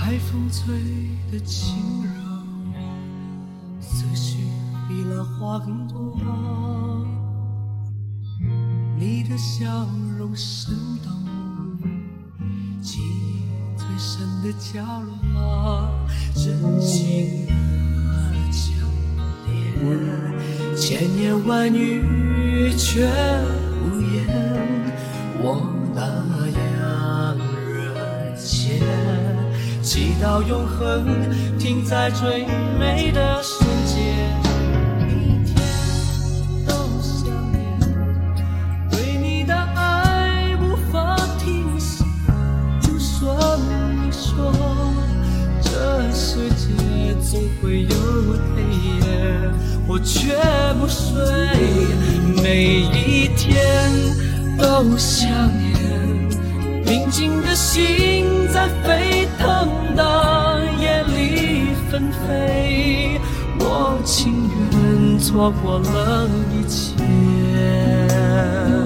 海风吹得轻柔，思绪比浪花更多，你的笑容生动，记忆最深的角落，真情的相连，千言万语却无言，我那样热切，祈祷永恒停在最美的瞬间，一天都想念，对你的爱无法停息，就算你说这世界总会有黑夜，我却不睡，每一天都想念，平静的心在沸腾的夜里纷飞，我情愿错过了一切。